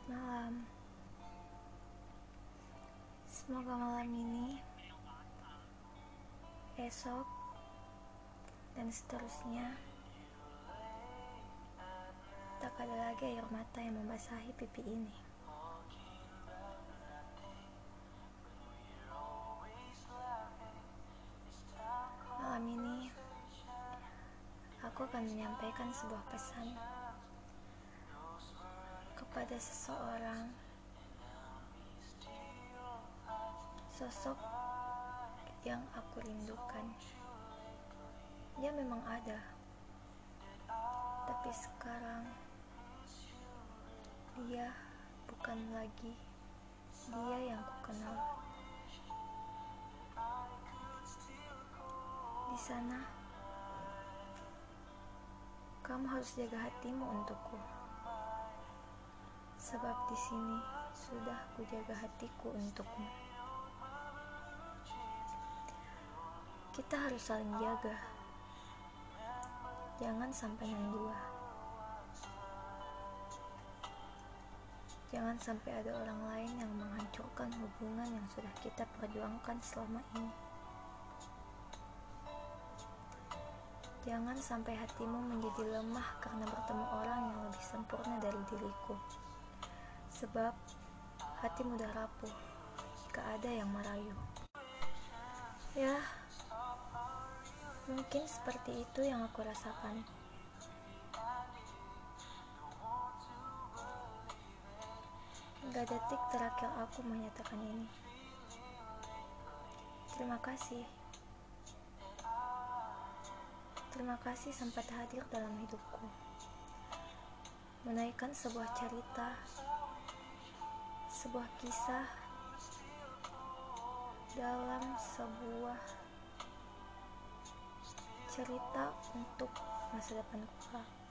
Malam. Semoga malam ini, esok, dan seterusnya tak ada lagi air mata yang membasahi pipi ini. Malam ini, aku akan menyampaikan sebuah pesan kepada seseorang, sosok yang aku rindukan. Dia memang ada, tapi sekarang dia bukan lagi dia yang kukenal. Di sana, kamu harus jaga hatimu untukku, sebab di sini sudah kujaga hatiku untukmu. Kita harus saling jaga, jangan sampai mendua. Jangan sampai ada orang lain yang menghancurkan hubungan yang sudah kita perjuangkan selama ini. Jangan sampai hatimu menjadi lemah karena bertemu orang yang lebih sempurna dari diriku. Sebab hati mudah rapuh jika ada yang merayu. Ya, mungkin seperti itu yang aku rasakan. Hingga detik terakhir aku menyatakan ini. Terima kasih. Terima kasih sempat hadir dalam hidupku, menaikkan sebuah cerita, sebuah kisah dalam sebuah cerita untuk masa depanku.